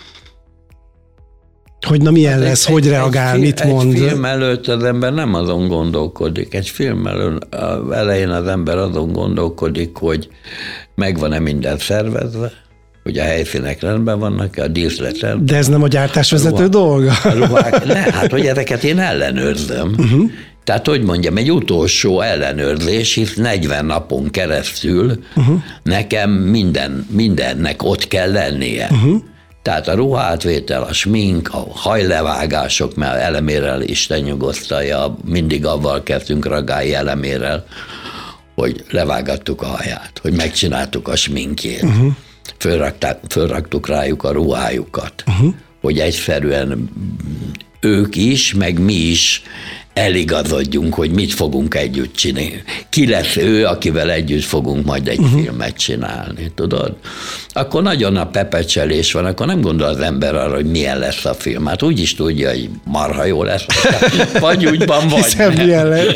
Hogy na milyen lesz, hogy reagál, mit mond? Egy film előtt az ember nem azon gondolkodik. Egy film elején az ember azon gondolkodik, hogy megvan-e minden szervezve, hogy a helyszínek rendben vannak, a díszlet rendben. De ez nem a gyártásvezető dolga? Hát, hogy ezeket én ellenőrzöm. Tehát, hogy mondjam, egy utolsó ellenőrzés, hisz 40 napon keresztül nekem mindennek ott kell lennie. Tehát a ruhátvétel, a smink, a hajlevágások, mert Elemérrel Isten nyugosztalja, mindig avval kezdtünk Ragályi Elemérrel, hogy levágattuk a haját, hogy megcsináltuk a sminkjét, fölraktuk rájuk a ruhájukat, hogy egyszerűen ők is, meg mi is eligazodjunk, hogy mit fogunk együtt csinálni. Ki lesz ő, akivel együtt fogunk majd egy filmet csinálni, tudod? Akkor nagyon a pepecselés van, akkor nem gondol az ember arra, hogy milyen lesz a film. Hát úgy is tudja, hogy marha jó lesz. Vagy úgyban, vagy hiszem, milyen lesz.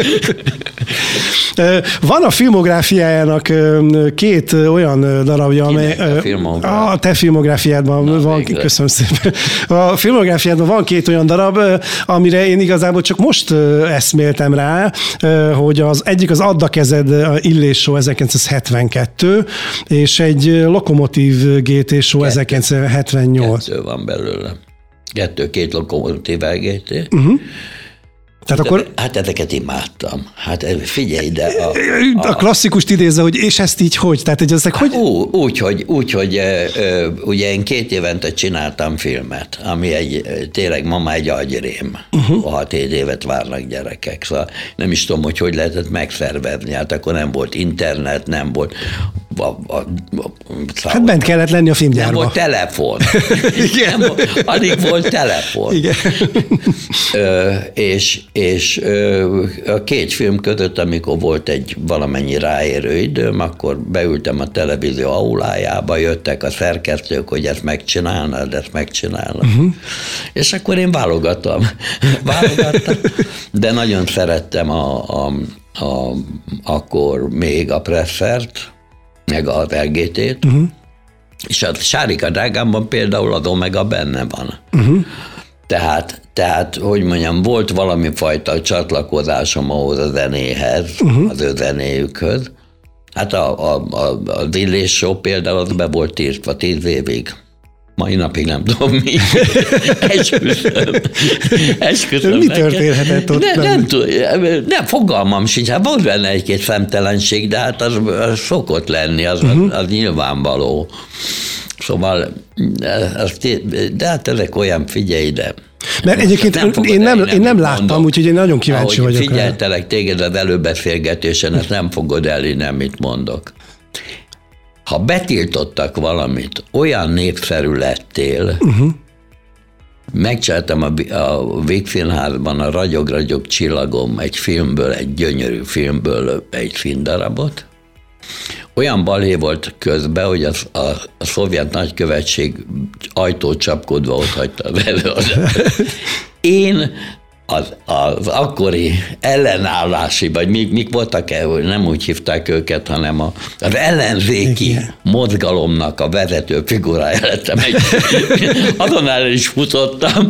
Van a filmográfiájának két olyan darabja, amely... A te filmográfiádban van, köszönöm szépen. A filmográfiádban van két olyan darab, amire én igazából csak most eszméltem rá, hogy az egyik az Add a kezed, Illés Show 1972, és egy Lokomotív GT Show 1978. Kettő van belőle. Két Lokomotív GT. Tehát akkor... Hát ezeket imádtam. Hát figyelj, de... A klasszikust idézze, hogy és ezt így hogy? Tehát, hogy ezek hogy... Úgy, hogy ugye én 2 évente csináltam filmet, ami tényleg ma már egy agyrém. 6-7 évet várnak gyerekek. Szóval nem is tudom, hogy lehetett megszervezni. Hát akkor nem volt internet, nem volt... Hát bent kellett lenni a filmgyárba. Nem volt telefon. Igen. Alig volt telefon. Igen. És a 2 film között, amikor volt egy valamennyi ráérő időm, akkor beültem a televízió aulájába, jöttek a szerkesztők, hogy ezt megcsinálnad, ezt megcsinálnad. És akkor én válogattam. De nagyon szerettem akkor még a Pressert, meg az LGT-t, és a Sárika drágámban például az Omega benne van. Tehát, hogy mondjam, volt valami fajta csatlakozásom ahhoz a zenéhez, az ő zenéjükhöz. Hát az Illés Show például az be volt írtva 10 évig. Mai napig nem tudom mi. Esküszöm. Mi történhetett ott? Nem, fogalmam sincs. Hát volt benne egy-két szemtelenség, de hát az szokott lenni, az nyilvánvaló. Szóval, de hát ezek olyan, figyelj ide. Mert egyébként én nem láttam, úgyhogy én nagyon kíváncsi vagyok. Figyeltelek téged az előbeszélgetésen, ezt nem fogod elhinni, amit mondok. Ha betiltottak valamit, olyan népszerű lettél, megcsináltam a Vígszínházban a Ragyog csillagom egy filmből, egy gyönyörű filmből egy színdarabot. Olyan balhé volt közben, hogy a szovjet nagykövetség ajtót csapkodva ott hagyta az előadást. Én az akkori ellenállási, vagy mik voltak, nem úgy hívták őket, hanem az ellenzéki mozgalomnak a vezető figurája lettem. Azon el is futottam.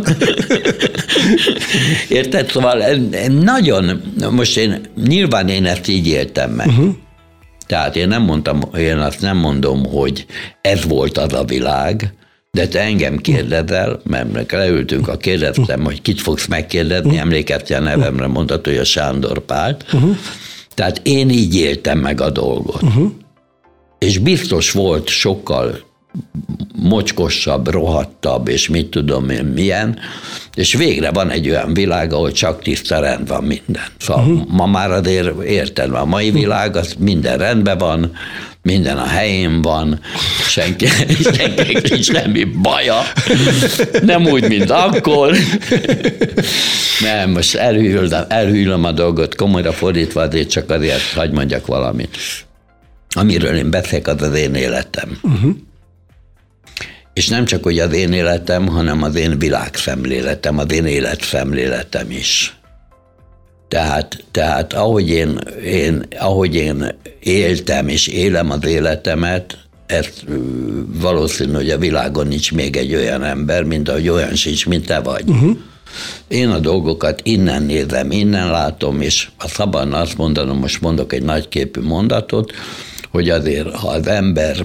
Érted? Szóval nagyon, most nyilván én ezt így éltem meg. Tehát én azt nem mondom, hogy ez volt az a világ, De te engem kérdezel, mert leültünk, kérdeztem, hogy kit fogsz megkérdezni, emlékeztél a nevemre, mondtad, hogy a Sándor Pált. Tehát én így éltem meg a dolgot. És biztos volt sokkal mocskosabb, rohadtabb, és mit tudom én milyen, és végre van egy olyan világ, ahol csak tiszta rend van minden. Szóval ma már azért érted, a mai világ, az minden rendben van, minden a helyén van, senkinek nincs semmi baja, nem úgy, mint akkor. Nem, most elhűlöm a dolgot, komolyra fordítva, azért csak azért hadd mondjak valamit. Amiről én beszélek, az én életem. És nem csak, hogy az én életem, hanem az én világszemléletem, az én életszemléletem is. Tehát ahogy én éltem és élem az életemet, ez valószínű, hogy a világon nincs még egy olyan ember, mint ahogy olyan sincs, mint te vagy. Én a dolgokat innen nézem, innen látom, és ha szabadna azt mondanom, most mondok egy nagyképű mondatot, hogy azért, ha az ember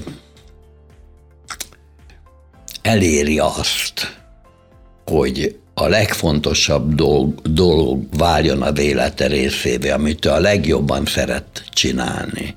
eléri azt, hogy a legfontosabb dolog váljon az élete részévé, amit ő a legjobban szeret csinálni.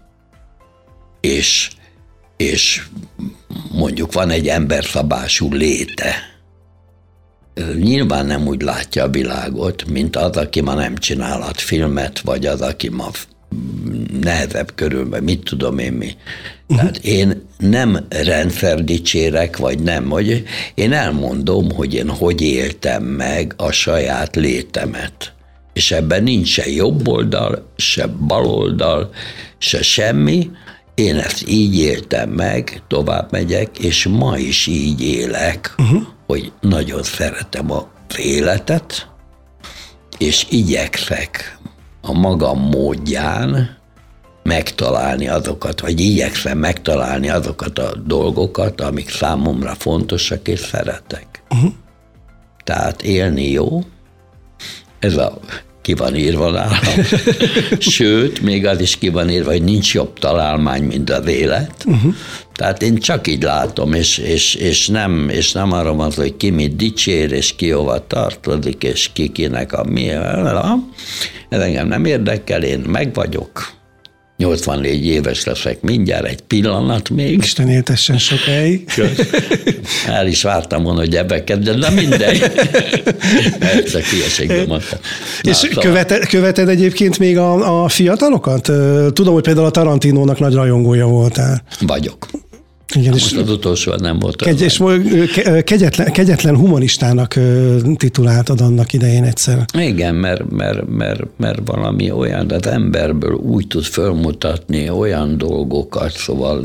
És mondjuk van egy emberszabású léte. Nyilván nem úgy látja a világot, mint az, aki ma nem csinálhat filmet, vagy az, aki ma nehezebb körülben, mit tudom én mi. Tehát én nem rendszerdicsérek, vagy nem, hogy én elmondom, hogy én hogy éltem meg a saját létemet. És ebben nincs se jobb oldal, se bal oldal, se semmi. Én ezt így éltem meg, tovább megyek, és ma is így élek, hogy nagyon szeretem az életet, és igyekszek a magam módján megtalálni azokat, vagy igyekszem megtalálni azokat a dolgokat, amik számomra fontosak, és szeretek. Tehát élni jó, ez ki van írva nálam. Sőt, még az is ki van írva, hogy nincs jobb találmány, mint az élet. Tehát én csak így látom, és nem arra van, hogy ki mit dicsér, és ki hova tartozik, és kinek a mi. Ez engem nem érdekel, én meg vagyok. 84 éves leszek mindjárt, egy pillanat még. Isten éltessen sokáig. El is vártam volna, hogy ebbe kezdem, de mindegy. Persze, hülyeségben mondtam. És követed egyébként még a fiatalokat? Tudom, hogy például a Tarantinónak nagy rajongója voltál. Vagyok. Igen, most az utolsó nem volt. És kegyetlen humoristának tituláltad annak idején egyszer. Igen, mert valami olyan, az emberből úgy tud fölmutatni olyan dolgokat, szóval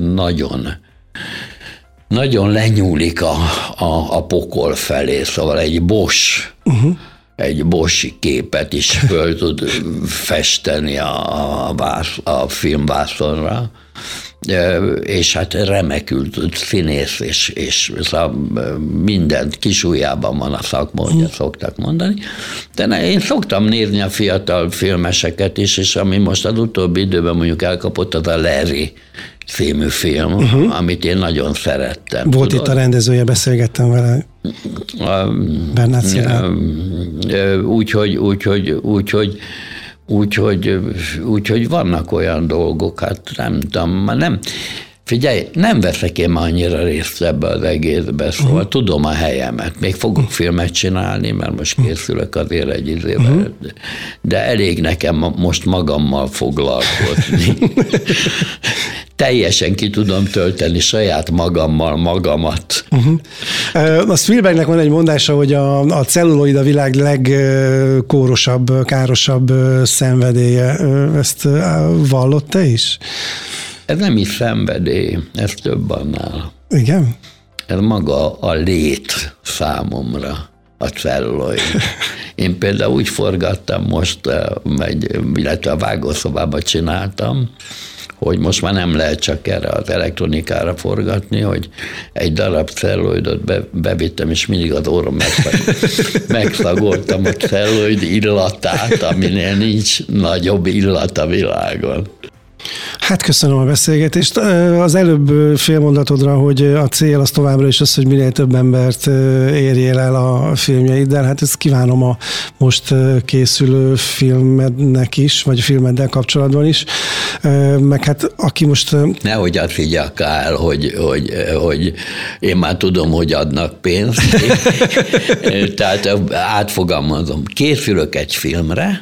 nagyon lenyúlik a pokol felé, szóval egy egy Bosch képet is föl tud festeni a filmvászonra, és hát remekül tud színész, és mindent kisujjában van a szakma, hogy szoktak mondani. De én szoktam nézni a fiatal filmeseket is, és ami most az utóbbi időben mondjuk elkapott, az a Larry című film, amit én nagyon szerettem. Volt itt a rendezője, beszélgettem vele. Bernát Szilárd. Úgyhogy vannak olyan dolgok, hát nem tudom, figyelj, nem veszek én annyira részt ebbe az egészbe, szóval tudom a helyemet. Még fogok filmet csinálni, mert most készülök azért egy izével, de elég nekem most magammal foglalkozni. Teljesen ki tudom tölteni saját magammal magamat. A Spielbergnek van egy mondása, hogy a celluloid a világ legkórosabb, károsabb szenvedélye. Ezt vallott te is? Ez nem is szenvedély, ez több annál. Igen? Ez maga a lét számomra, a celluloid. Én például úgy forgattam most, illetve a vágószobában csináltam, hogy most már nem lehet csak erre az elektronikára forgatni, hogy egy darab celluloidot bevittem, és mindig az orrom megszagoltam a celluloid illatát, aminél nincs nagyobb illat a világon. Hát köszönöm a beszélgetést. Az előbb félmondatodra, hogy a cél az továbbra is az, hogy minél több embert érjél el a filmjeiddel. Hát ezt kívánom a most készülő filmednek is, vagy a filmeddel kapcsolatban is. Meg hát aki most... Nehogy azt higgyek el, hogy én már tudom, hogy adnak pénzt. Tehát átfogalmazom. Készülök egy filmre,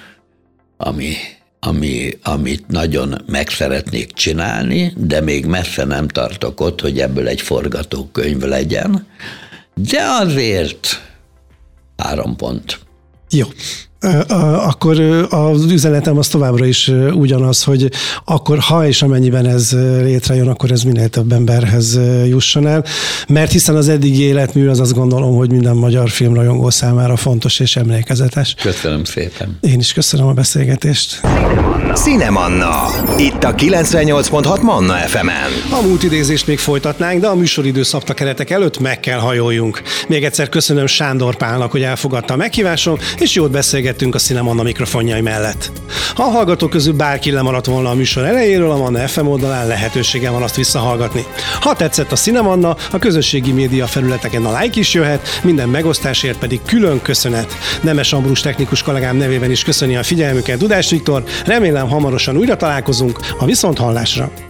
amit nagyon meg szeretnék csinálni, de még messze nem tartok ott, hogy ebből egy forgatókönyv legyen. De azért 3 pont. Jó. Akkor az üzenetem az továbbra is ugyanaz, hogy akkor, ha és amennyiben ez létrejön, akkor ez minél több emberhez jusson el, mert hiszen az eddigi életmű az azt gondolom, hogy minden magyar filmrajongó számára fontos és emlékezetes. Köszönöm szépen. Én is köszönöm a beszélgetést. Cinemanna. Itt a 98.6 Manna FM-en. A múltidézést még folytatnánk, de a műsoridő szabta keretek előtt meg kell hajoljunk. Még egyszer köszönöm Sándor Pálnak, hogy elfogadta a meghívásom, és jót beszélgettünk a Cinemanna mikrofonjai mellett. Ha a hallgatók közül bárki lemaradt volna a műsor elejéről, a Manna FM oldalán lehetősége van azt visszahallgatni. Ha tetszett a Cinemanna, a közösségi média felületeken a like is jöhet, minden megosztásért pedig külön köszönet. Nemes Ambrus technikus kollégám nevében is köszöni a figyelmüket Dudás Viktor, remélem hamarosan újra találkozunk, a viszonthallásra.